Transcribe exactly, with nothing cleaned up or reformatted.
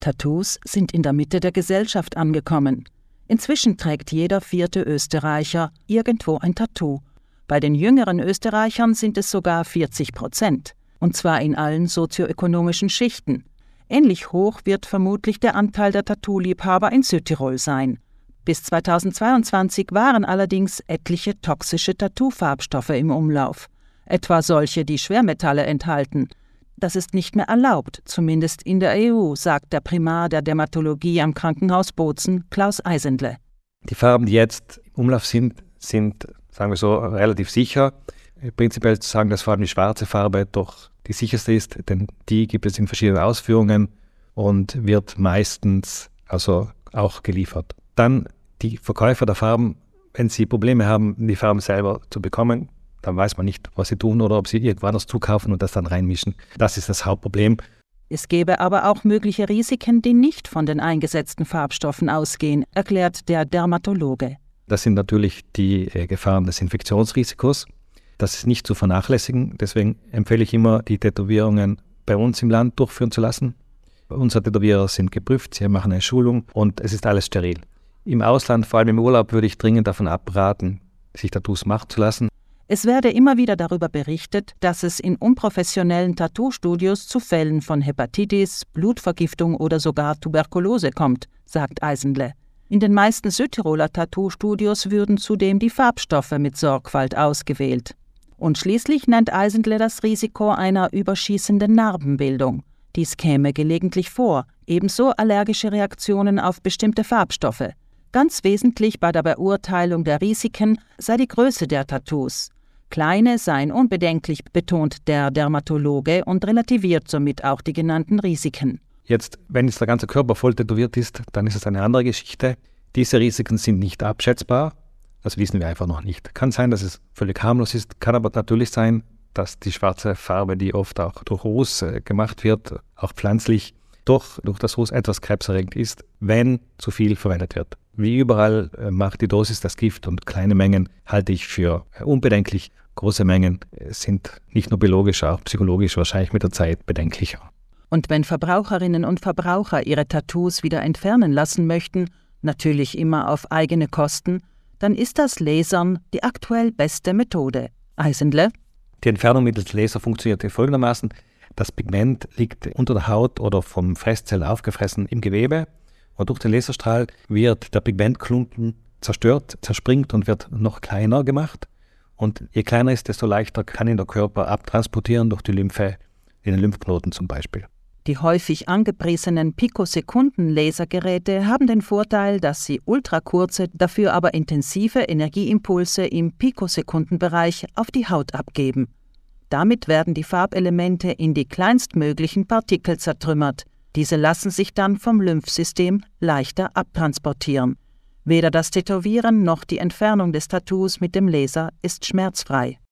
Tattoos sind in der Mitte der Gesellschaft angekommen. Inzwischen trägt jeder vierte Österreicher irgendwo ein Tattoo. Bei den jüngeren Österreichern sind es sogar vierzig Prozent. Und zwar in allen sozioökonomischen Schichten. Ähnlich hoch wird vermutlich der Anteil der Tattoo-Liebhaber in Südtirol sein. Bis zweitausendzweiundzwanzig waren allerdings etliche toxische Tattoo-Farbstoffe im Umlauf. Etwa solche, die Schwermetalle enthalten. Das ist nicht mehr erlaubt, zumindest in der E U, sagt der Primar der Dermatologie am Krankenhaus Bozen, Klaus Eisendle. Die Farben, die jetzt im Umlauf sind, sind, sagen wir so, relativ sicher. Prinzipiell zu sagen, dass vor allem die schwarze Farbe doch die sicherste ist, denn die gibt es in verschiedenen Ausführungen und wird meistens also auch geliefert. Dann die Verkäufer der Farben, wenn sie Probleme haben, die Farben selber zu bekommen, dann weiß man nicht, was sie tun oder ob sie irgendwo anders zukaufen und das dann reinmischen. Das ist das Hauptproblem. Es gäbe aber auch mögliche Risiken, die nicht von den eingesetzten Farbstoffen ausgehen, erklärt der Dermatologe. Das sind natürlich die äh, Gefahren des Infektionsrisikos. Das ist nicht zu vernachlässigen. Deswegen empfehle ich immer, die Tätowierungen bei uns im Land durchführen zu lassen. Unsere Tätowierer sind geprüft, sie machen eine Schulung und es ist alles steril. Im Ausland, vor allem im Urlaub, würde ich dringend davon abraten, sich Tattoos machen zu lassen. Es werde immer wieder darüber berichtet, dass es in unprofessionellen Tattoo-Studios zu Fällen von Hepatitis, Blutvergiftung oder sogar Tuberkulose kommt, sagt Eisendle. In den meisten Südtiroler Tattoo-Studios würden zudem die Farbstoffe mit Sorgfalt ausgewählt. Und schließlich nennt Eisendle das Risiko einer überschießenden Narbenbildung. Dies käme gelegentlich vor, ebenso allergische Reaktionen auf bestimmte Farbstoffe. Ganz wesentlich bei der Beurteilung der Risiken sei die Größe der Tattoos. Kleine seien unbedenklich, betont der Dermatologe und relativiert somit auch die genannten Risiken. Jetzt, wenn jetzt der ganze Körper voll tätowiert ist, dann ist es eine andere Geschichte. Diese Risiken sind nicht abschätzbar, das wissen wir einfach noch nicht. Kann sein, dass es völlig harmlos ist, kann aber natürlich sein, dass die schwarze Farbe, die oft auch durch Ruß äh, gemacht wird, auch pflanzlich, doch durch das Ruß etwas krebserregend ist, wenn zu viel verwendet wird. Wie überall äh, macht die Dosis das Gift und kleine Mengen halte ich für äh, unbedenklich. Große Mengen äh, sind nicht nur biologisch, auch psychologisch wahrscheinlich mit der Zeit bedenklicher. Und wenn Verbraucherinnen und Verbraucher ihre Tattoos wieder entfernen lassen möchten, natürlich immer auf eigene Kosten, dann ist das Lasern die aktuell beste Methode. Eisendle? Die Entfernung mittels Laser funktioniert folgendermaßen. Das Pigment liegt unter der Haut oder vom Fresszell aufgefressen im Gewebe und durch den Laserstrahl wird der Pigmentklumpen zerstört, zerspringt und wird noch kleiner gemacht. Und je kleiner ist, desto leichter kann ihn der Körper abtransportieren durch die Lymphe, in den Lymphknoten zum Beispiel. Die häufig angepriesenen Pikosekunden-Lasergeräte haben den Vorteil, dass sie ultrakurze, dafür aber intensive Energieimpulse im Pikosekundenbereich auf die Haut abgeben. Damit werden die Farbelemente in die kleinstmöglichen Partikel zertrümmert. Diese lassen sich dann vom Lymphsystem leichter abtransportieren. Weder das Tätowieren noch die Entfernung des Tattoos mit dem Laser ist schmerzfrei.